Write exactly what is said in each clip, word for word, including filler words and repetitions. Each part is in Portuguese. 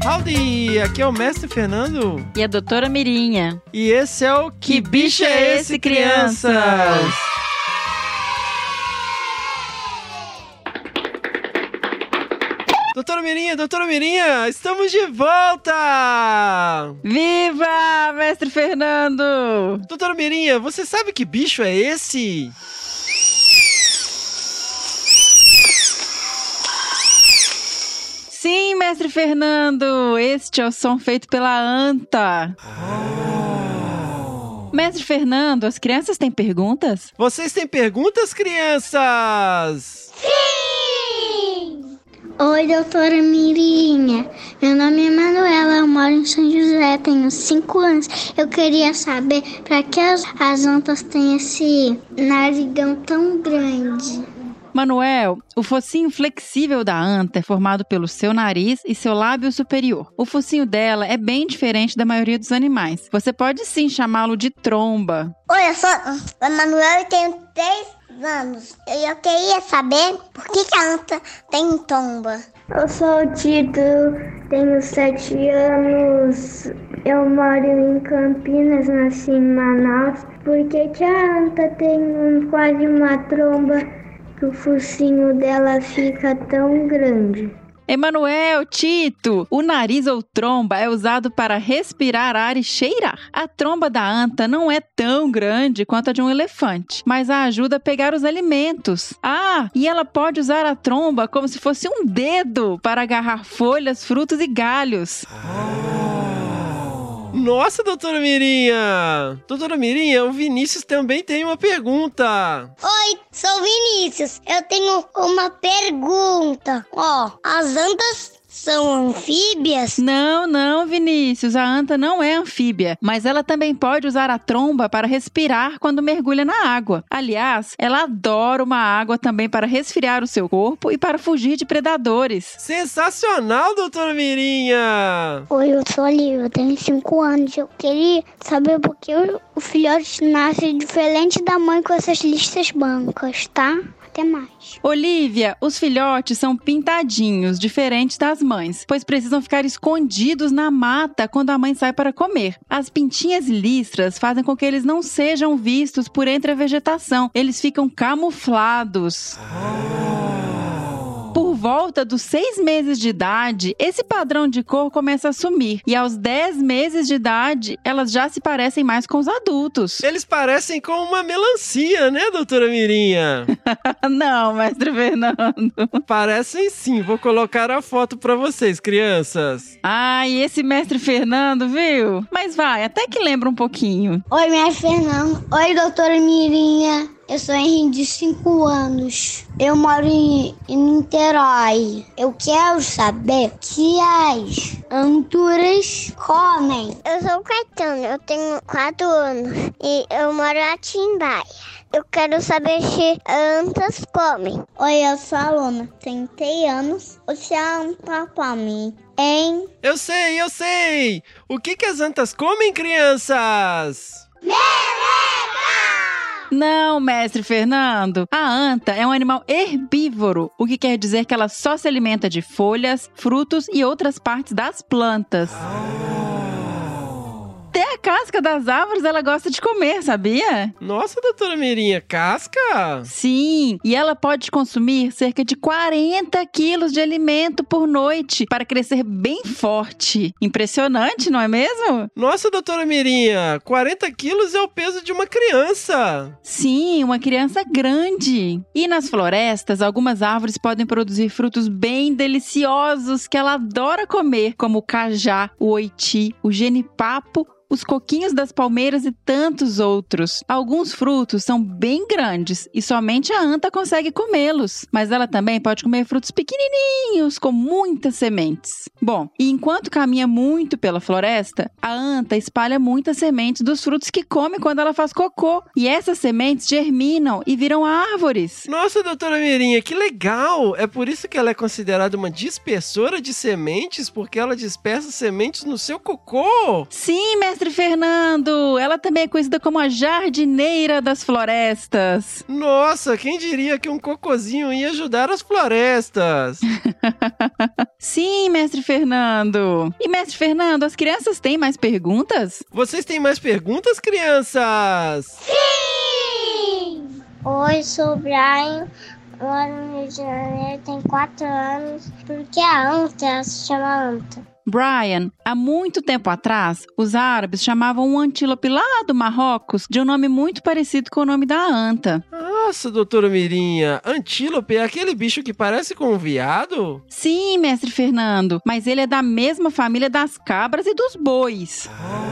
Howdy! Aqui é o Mestre Fernando. E a Doutora Mirinha. E esse é o Que, que Bicho é Esse, Crianças? Doutora Mirinha, Doutora Mirinha, estamos de volta! Viva, Mestre Fernando! Doutora Mirinha, você sabe que bicho é esse? Sim, Mestre Fernando, este é o som feito pela anta. Oh. Mestre Fernando, as crianças têm perguntas? Vocês têm perguntas, crianças? Sim! Oi, doutora Mirinha. Meu nome é Manuela, eu moro em São José, tenho cinco anos. Eu queria saber para que as, as antas têm esse narigão tão grande. Manuel, o focinho flexível da anta é formado pelo seu nariz e seu lábio superior. O focinho dela é bem diferente da maioria dos animais. Você pode sim chamá-lo de tromba. Oi, eu sou a Manuel e tenho três anos. Eu queria saber por que, que a anta tem tromba. Eu sou o Tito, tenho sete anos. Eu moro em Campinas, nasci em Manaus. Por que, que a anta tem um, quase uma tromba? O focinho dela fica tão grande. Emanuel, Tito, o nariz ou tromba é usado para respirar ar e cheirar. A tromba da anta não é tão grande quanto a de um elefante, mas a ajuda a pegar os alimentos. Ah, e ela pode usar a tromba como se fosse um dedo para agarrar folhas, frutos e galhos. Nossa, doutora Mirinha! Doutora Mirinha, o Vinícius também tem uma pergunta. Oi, sou o Vinícius. Eu tenho uma pergunta. Ó, oh, as antas são anfíbias? Não, não, Vinícius. A anta não é anfíbia, mas ela também pode usar a tromba para respirar quando mergulha na água. Aliás, ela adora uma água também para resfriar o seu corpo e para fugir de predadores. Sensacional, doutora Mirinha! Oi, eu sou a Lívia, eu tenho cinco anos. Eu queria saber por que o filhote nasce diferente da mãe com essas listas brancas, tá? Até mais. Olívia, os filhotes são pintadinhos, diferentes das mães, pois precisam ficar escondidos na mata quando a mãe sai para comer. As pintinhas e listras fazem com que eles não sejam vistos por entre a vegetação. Eles ficam camuflados. Oh. Por volta dos seis meses de idade, esse padrão de cor começa a sumir. E aos dez meses de idade, elas já se parecem mais com os adultos. Eles parecem com uma melancia, né, doutora Mirinha? Não, mestre Fernando. Parecem sim. Vou colocar a foto pra vocês, crianças. Ai, esse mestre Fernando, viu? Mas vai, até que lembra um pouquinho. Oi, mestre Fernando. Oi, doutora Mirinha. Eu sou Henrique, de cinco anos. Eu moro em, em Niterói. Eu quero saber que as anturas comem. Eu sou o Caetano, eu tenho quatro anos e eu moro em Atibaia. Eu quero saber se antas comem. Oi, eu sou a Luna, tenho três anos. O que a anta come, hein? Eu sei, eu sei! O que, que as antas comem, crianças? Não, mestre Fernando. A anta é um animal herbívoro, o que quer dizer que ela só se alimenta de folhas, frutos e outras partes das plantas. Oh. Até a casca das árvores ela gosta de comer, sabia? Nossa, doutora Mirinha, casca? Sim, e ela pode consumir cerca de quarenta quilos de alimento por noite para crescer bem forte. Impressionante, não é mesmo? Nossa, doutora Mirinha, quarenta quilos é o peso de uma criança. Sim, uma criança grande. E nas florestas, algumas árvores podem produzir frutos bem deliciosos que ela adora comer, como o cajá, o oiti, o genipapo, os coquinhos das palmeiras e tantos outros. Alguns frutos são bem grandes e somente a anta consegue comê-los, mas ela também pode comer frutos pequenininhos com muitas sementes. Bom, e enquanto caminha muito pela floresta, a anta espalha muitas sementes dos frutos que come quando ela faz cocô, e essas sementes germinam e viram árvores. Nossa, doutora Mirinha, que legal! É por isso que ela é considerada uma dispersora de sementes, porque ela dispersa sementes no seu cocô? Sim, mestre mestre Fernando! Ela também é conhecida como a jardineira das florestas. Nossa, quem diria que um cocôzinho ia ajudar as florestas? Sim, mestre Fernando. E mestre Fernando, as crianças têm mais perguntas? Vocês têm mais perguntas, crianças? Sim! Oi, sou o Brian. Moro no Rio de Janeiro, tenho quatro anos. Por que a anta ela se chama anta? Brian, há muito tempo atrás, os árabes chamavam um antílope lá do Marrocos de um nome muito parecido com o nome da anta. Nossa, doutora Mirinha, antílope é aquele bicho que parece com um veado? Sim, mestre Fernando, mas ele é da mesma família das cabras e dos bois.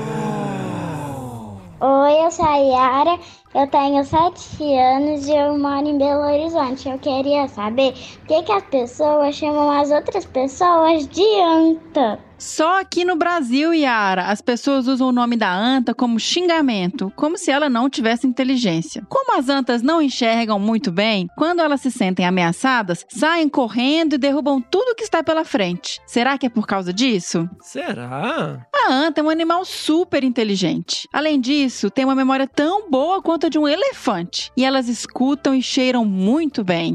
Oi, eu sou a Yara, eu tenho sete anos e eu moro em Belo Horizonte. Eu queria saber por que, que as pessoas chamam as outras pessoas de anta. Só aqui no Brasil, Yara, as pessoas usam o nome da anta como xingamento, como se ela não tivesse inteligência. Como as antas não enxergam muito bem, quando elas se sentem ameaçadas, saem correndo e derrubam tudo que está pela frente. Será que é por causa disso? Será? A anta é um animal super inteligente. Além disso, tem uma memória tão boa quanto a de um elefante. E elas escutam e cheiram muito bem.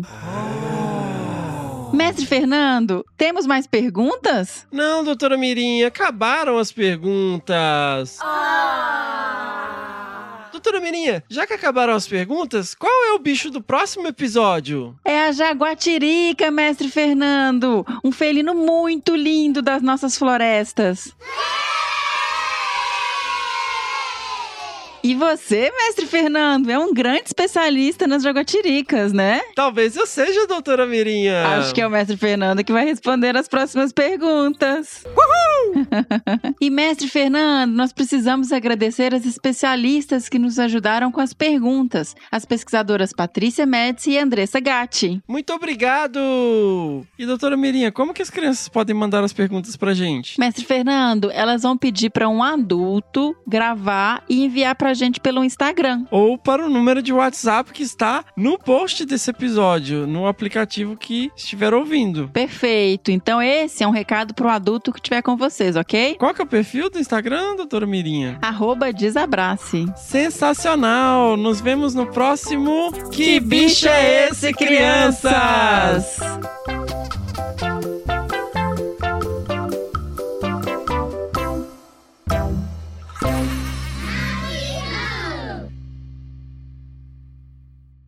Mestre Fernando, temos mais perguntas? Não, doutora Mirinha, acabaram as perguntas. Ah. Doutora Mirinha, já que acabaram as perguntas, qual é o bicho do próximo episódio? É a jaguatirica, mestre Fernando. Um felino muito lindo das nossas florestas. E você, mestre Fernando, é um grande especialista nas jaguatiricas, né? Talvez eu seja, doutora Mirinha. Acho que é o mestre Fernando que vai responder as próximas perguntas. Uhul! E mestre Fernando, nós precisamos agradecer as especialistas que nos ajudaram com as perguntas. As pesquisadoras Patrícia Médici e Andressa Gatti. Muito obrigado! E doutora Mirinha, como que as crianças podem mandar as perguntas pra gente? Mestre Fernando, elas vão pedir para um adulto gravar e enviar pra gente pelo Instagram. Ou para o número de WhatsApp que está no post desse episódio, no aplicativo que estiver ouvindo. Perfeito. Então esse é um recado pro adulto que estiver com vocês, ok? Qual que é o perfil do Instagram, doutora Mirinha? Arroba Desabrace. Sensacional! Nos vemos no próximo... Que bicho é esse, crianças?